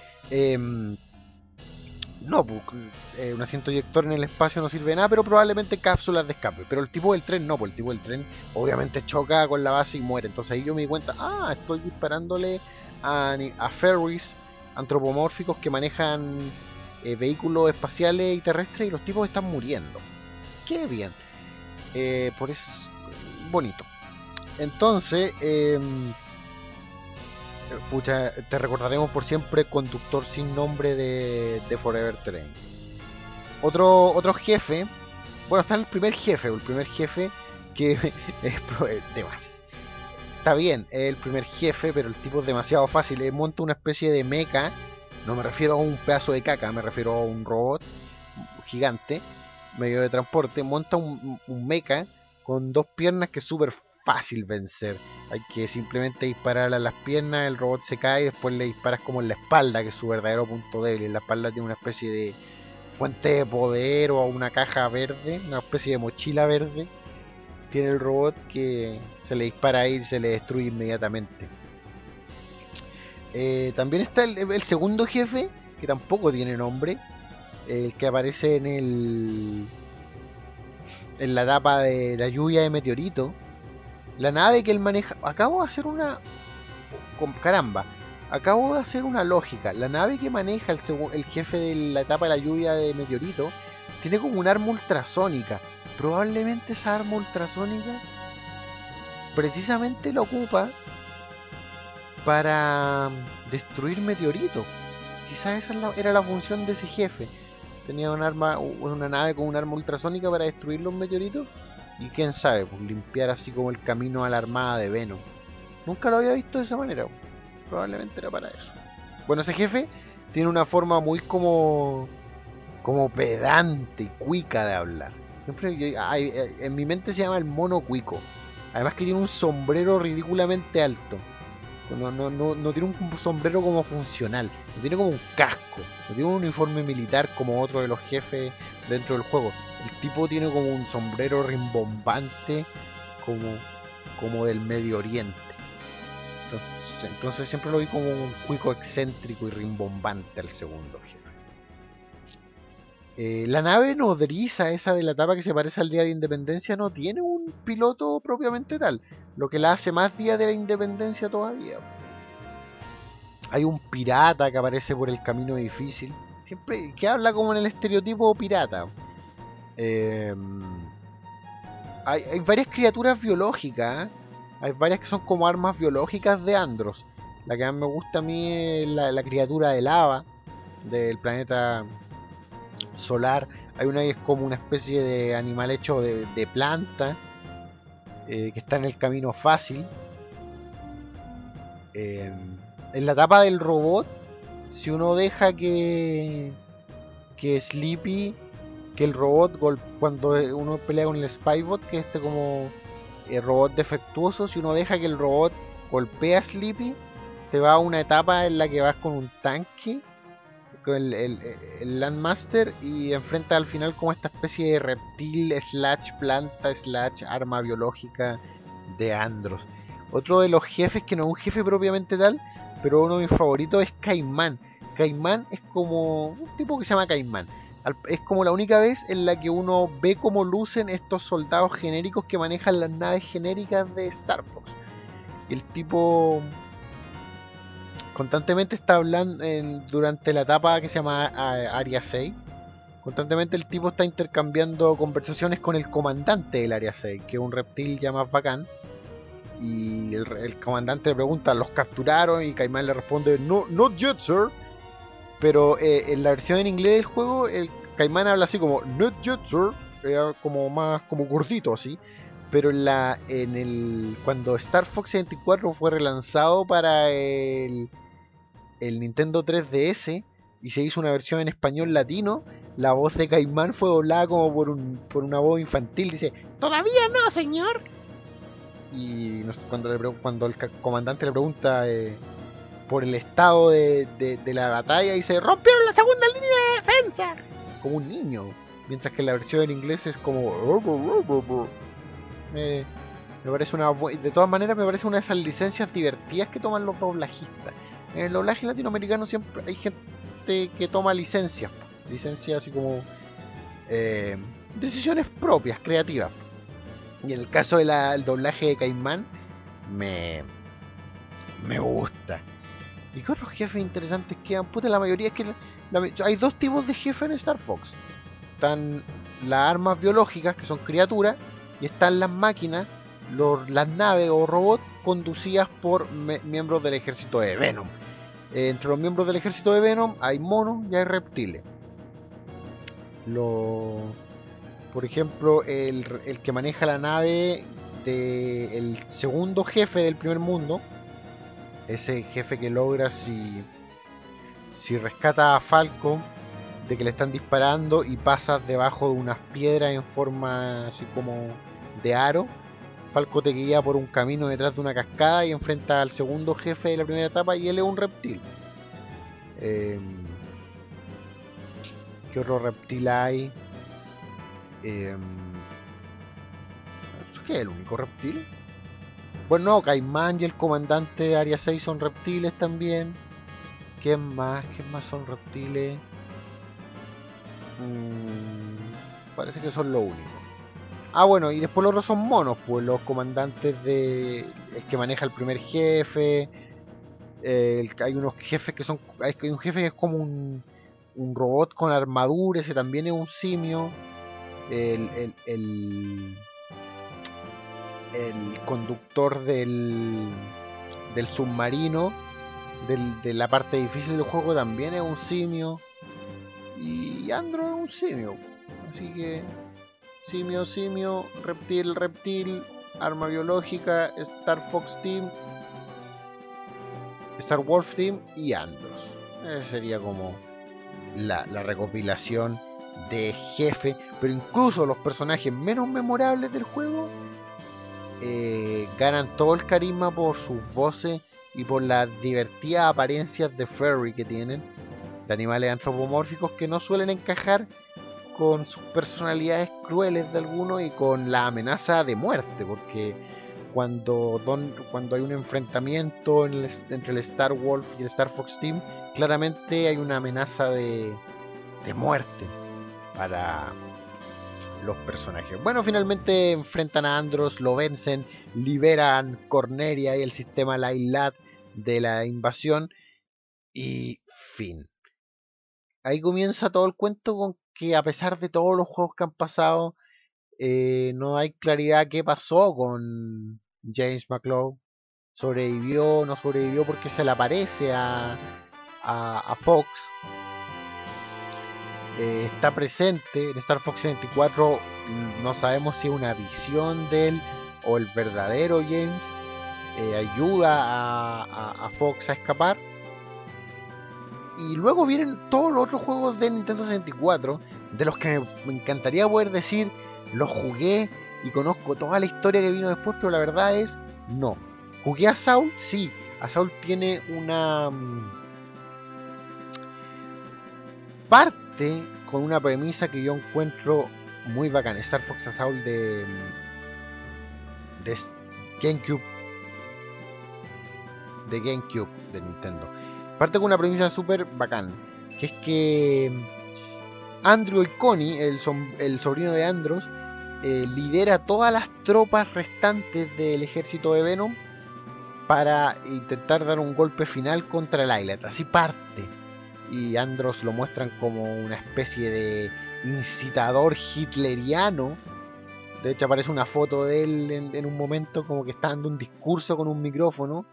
un asiento eyector en el espacio no sirve de nada, pero probablemente cápsulas de escape. Pero el tipo del tren no, el tipo del tren obviamente choca con la base y muere. Entonces ahí yo me di cuenta, estoy disparándole a ferries antropomórficos que manejan vehículos espaciales y terrestres, y los tipos están muriendo. Qué bien. Por eso es bonito. Entonces, te recordaremos por siempre, conductor sin nombre de Forever Train. Otro jefe, bueno, está el primer jefe que es de más. Está bien, es el primer jefe, pero el tipo es demasiado fácil. Monta una especie de mecha, no me refiero a un pedazo de caca, me refiero a un robot gigante, medio de transporte, monta un mecha con 2 piernas que es súper fácil vencer. Hay que simplemente disparar a las piernas, el robot se cae y después le disparas como en la espalda, que es su verdadero punto débil. En la espalda tiene una especie de fuente de poder o una caja verde, una especie de mochila verde. Tiene el robot que se le dispara ahí y se le destruye inmediatamente. También está el segundo jefe, que tampoco tiene nombre, el que aparece en la etapa de la lluvia de meteorito. La nave que él maneja. Acabo de hacer una. Caramba. Acabo de hacer una lógica. La nave que maneja el jefe de la etapa de la lluvia de meteorito tiene como un arma ultrasónica. Probablemente esa arma ultrasónica precisamente la ocupa para destruir meteoritos. Quizás esa era la función de ese jefe. Tenía una nave con un arma ultrasónica para destruir los meteoritos. Y quién sabe, pues limpiar así como el camino a la armada de Venom. Nunca lo había visto de esa manera. Probablemente era para eso. Bueno, ese jefe tiene una forma muy como pedante y cuica de hablar. Siempre en mi mente se llama el mono cuico. Además que tiene un sombrero ridículamente alto. No tiene un sombrero como funcional. No tiene como un casco. No tiene un uniforme militar como otro de los jefes dentro del juego. El tipo tiene como un sombrero rimbombante como del Medio Oriente. Entonces siempre lo vi como un cuico excéntrico y rimbombante al segundo jefe. La nave nodriza esa de la etapa que se parece al Día de Independencia no tiene un piloto propiamente tal, lo que la hace más Día de la Independencia todavía. Hay un pirata que aparece por el camino difícil, siempre que habla como en el estereotipo pirata. Hay varias criaturas biológicas, ¿eh? Hay varias que son como armas biológicas de Andros. La que más me gusta a mí es la criatura de lava del planeta solar. Hay una que es como una especie de animal hecho de planta, que está en el camino fácil. En la etapa del robot, si uno deja que Sleepy, que el robot, cuando uno pelea con el Spybot, que es como robot defectuoso, si uno deja que el robot golpea a Sleepy, te va a una etapa en la que vas con un tanque, con el Landmaster, y enfrenta al final como esta especie de reptil slash planta slash arma biológica de Andros. Otro de los jefes, que no es un jefe propiamente tal, pero uno de mis favoritos es Caimán. Caimán es como un tipo que se llama Caimán. Es como la única vez en la que uno ve cómo lucen estos soldados genéricos que manejan las naves genéricas de Star Fox. El tipo constantemente está hablando durante la etapa que se llama Área 6. Constantemente el tipo está intercambiando conversaciones con el comandante del Área 6, que es un reptil ya más bacán. Y el comandante le pregunta, ¿los capturaron? Y Caimán le responde, no, not yet, sir. Pero en la versión en inglés del juego, el Caimán habla así como, not yet, sir. Como más, como gordito así. Pero cuando Star Fox 64 fue relanzado para el Nintendo 3DS y se hizo una versión en español latino, la voz de Caimán fue doblada como por una voz infantil. Dice, todavía no, señor. Y cuando el comandante le pregunta por el estado de la batalla, dice, rompieron la segunda línea de defensa, como un niño, mientras que la versión en inglés es como me parece de todas maneras me parece una de esas licencias divertidas que toman los doblajistas. En el doblaje latinoamericano siempre hay gente que toma licencias así como decisiones propias, creativas. Y en el caso del doblaje de Caimán, me gusta. ¿Y qué otros jefes interesantes quedan? Puta, la mayoría es que hay dos tipos de jefes en Star Fox. Están las armas biológicas, que son criaturas, y están las máquinas, las naves o robots conducidas por miembros del ejército de Venom. Entre los miembros del ejército de Venom hay monos y hay reptiles. Por ejemplo, el que maneja la nave del segundo jefe del primer mundo, ese jefe que logra si rescata a Falco de que le están disparando y pasas debajo de unas piedras en forma así como de aro. Falco te guía por un camino detrás de una cascada y enfrenta al segundo jefe de la primera etapa y él es un reptil. ¿Qué otro reptil hay? ¿Qué es el único reptil? Bueno, no, Caimán y el comandante de Área 6 son reptiles también. ¿Qué más? ¿Qué más son reptiles? Parece que son lo único. Ah, bueno, y después los otros son monos, pues los comandantes de... El que maneja el primer jefe. Hay unos jefes que son... Hay un jefe que es como un robot con armadura, ese también es un simio. El conductor del submarino, de la parte difícil del juego, también es un simio. Y Andro es un simio. Así que simio, simio, reptil, reptil, arma biológica, Star Fox Team, Star Wolf Team y Andros. Esa sería como la recopilación de jefe. Pero incluso los personajes menos memorables del juego ganan todo el carisma por sus voces y por las divertidas apariencias de furry que tienen, de animales antropomórficos que no suelen encajar con sus personalidades crueles de algunos y con la amenaza de muerte, porque cuando hay un enfrentamiento entre el Star Wolf y el Star Fox Team, claramente hay una amenaza de muerte para los personajes. Bueno, finalmente enfrentan a Andros, lo vencen, liberan Corneria y el sistema Lylat de la invasión y fin. Ahí comienza todo el cuento con que a pesar de todos los juegos que han pasado, no hay claridad qué pasó con James McCloud. Sobrevivió, no sobrevivió porque se le aparece a Fox. Está presente en Star Fox 74. No sabemos si es una visión de él o el verdadero James. Ayuda a Fox a escapar. Y luego vienen todos los otros juegos de Nintendo 64, de los que me encantaría poder decir, los jugué y conozco toda la historia que vino después, pero la verdad es, no. ¿Jugué a Saul? Sí. Assault tiene una parte con una premisa que yo encuentro muy bacana. Star Fox Assault de GameCube, de Nintendo. Parte con una premisa súper bacán, que es que Andrew y Connie, el sobrino de Andros, lidera todas las tropas restantes del ejército de Venom para intentar dar un golpe final contra el Islet. Así parte. Y Andros lo muestran como una especie de incitador hitleriano. De hecho aparece una foto de él en un momento como que está dando un discurso con un micrófono,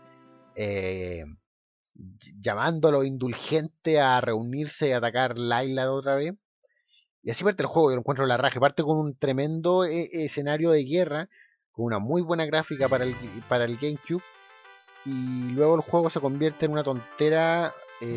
llamando a los indulgentes a reunirse y atacar Lylat otra vez. Y así parte el juego, yo lo encuentro en la raja. Parte con un tremendo escenario de guerra, con una muy buena gráfica para el GameCube. Y luego el juego se convierte en una tontera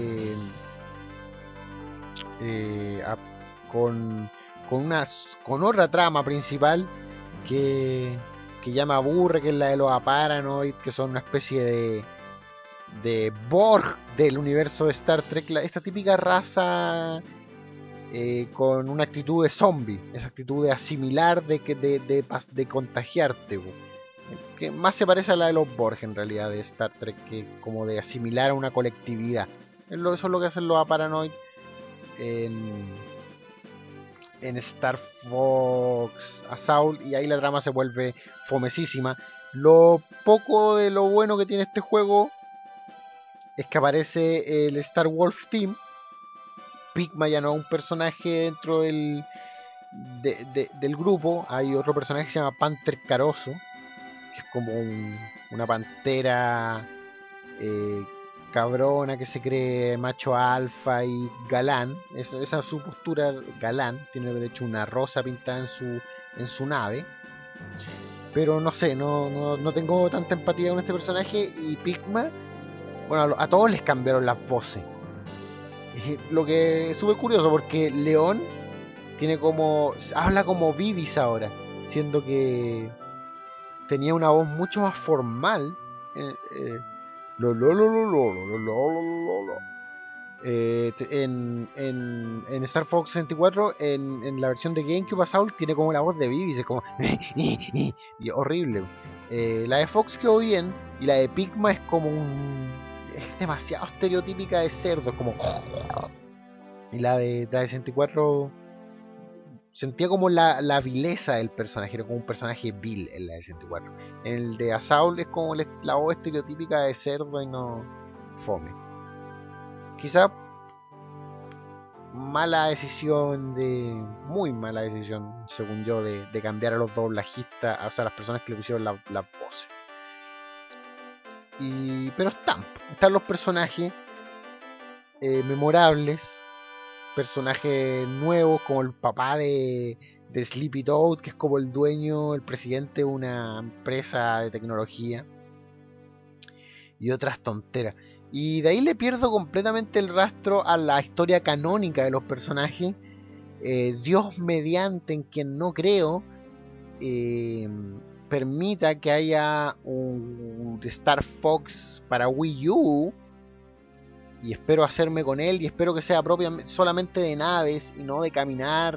con otra trama principal que ya me aburre, que es la de los Aparanoid, que son una especie de Borg del universo de Star Trek, esta típica raza con una actitud de zombie, esa actitud de asimilar, de contagiarte, que más se parece a la de los Borg en realidad de Star Trek, que como de asimilar a una colectividad. Eso es lo que hacen los Aparanoid en Star Fox Assault, y ahí la trama se vuelve fomesísima. Lo poco de lo bueno que tiene este juego es que aparece el Star Wolf Team. Pigma ya no es un personaje dentro del grupo. Hay otro personaje que se llama Panther Caroso, que es como una pantera cabrona que se cree macho alfa y galán. Esa es su postura, galán. Tiene de hecho una rosa pintada en su nave. Pero no sé, no tengo tanta empatía con este personaje. Y Pigma, bueno, a todos les cambiaron las voces. Lo que es súper curioso porque León tiene habla como Vivis ahora, siendo que tenía una voz mucho más formal. En Star Fox 64, en la versión de GameCube a Saul tiene como la voz de Vivis, es como y horrible. La de Fox quedó bien y la de Pigma es como es demasiado estereotípica de cerdo, es como y la de 64 sentía como la vileza del personaje, era como un personaje vil en la de 64. En el de Assault es como la voz estereotípica de cerdo y no fome. Quizá muy mala decisión, según yo, de cambiar a los doblajistas, o sea, a las personas que le pusieron las voces. Pero están los personajes memorables, personajes nuevos como el papá de Sleepy Toad, que es como el dueño, el presidente de una empresa de tecnología, y otras tonteras. Y de ahí le pierdo completamente el rastro a la historia canónica de los personajes. Dios mediante, en quien no creo, permita que haya un Star Fox para Wii U. Y espero hacerme con él. Y espero que sea solamente de naves y no de caminar.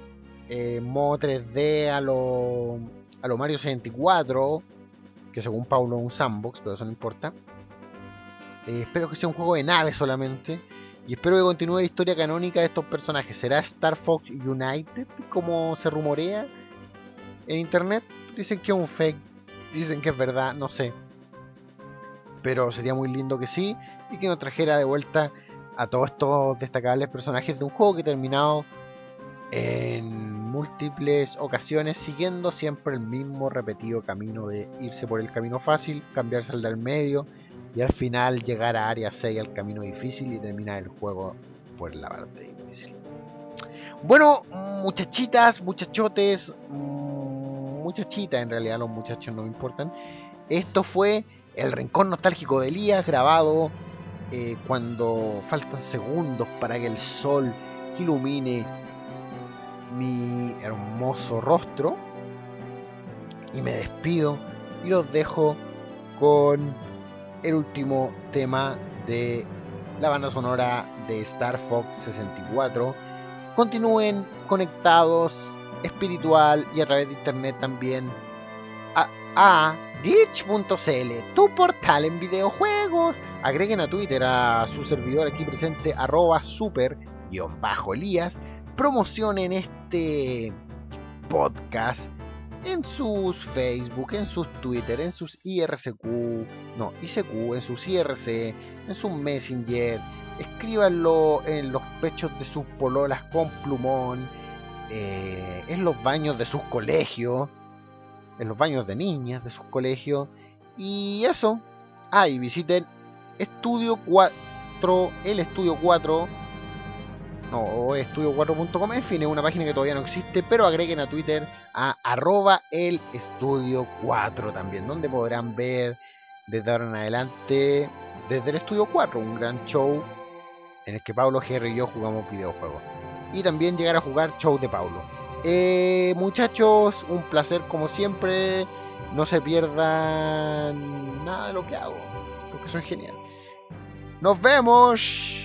Modo 3D a lo Mario 64. Que según Paulo es un sandbox, pero eso no importa. Espero que sea un juego de naves solamente. Y espero que continúe la historia canónica de estos personajes. ¿Será Star Fox United, como se rumorea en internet? Dicen que es un fake, dicen que es verdad, no sé. Pero sería muy lindo que sí. Y que nos trajera de vuelta a todos estos destacables personajes de un juego que he terminado en múltiples ocasiones, siguiendo siempre el mismo repetido camino de irse por el camino fácil, cambiarse al del medio y al final llegar a área 6 al camino difícil y terminar el juego por la parte difícil. Bueno, muchachitas, muchachotes, muchachitas, en realidad los muchachos no me importan. Esto fue el Rincón Nostálgico de Elías, grabado cuando faltan segundos para que el sol ilumine mi hermoso rostro. Y me despido y los dejo con el último tema de la banda sonora de Star Fox 64. Continúen conectados espiritual y a través de internet también a glitch.cl, tu portal en videojuegos. Agreguen a Twitter a su servidor aquí presente @super_elías. Promocionen este podcast en sus Facebook, en sus Twitter, en sus ICQ, en sus IRC, en sus Messenger. Escríbanlo en los pechos de sus pololas con plumón, en los baños de sus colegios, en los baños de niñas de sus colegios. Y eso. Y visiten Estudio 4, el Estudio 4. O estudio4.com, en fin, es una página que todavía no existe, pero agreguen a Twitter a @elestudio4 también, donde podrán ver desde ahora en adelante, desde el Estudio 4, un gran show en el que Paulo, Jerry y yo jugamos videojuegos. Y también llegar a jugar show de Paulo. Muchachos, un placer como siempre. No se pierdan nada de lo que hago, porque soy genial. ¡Nos vemos!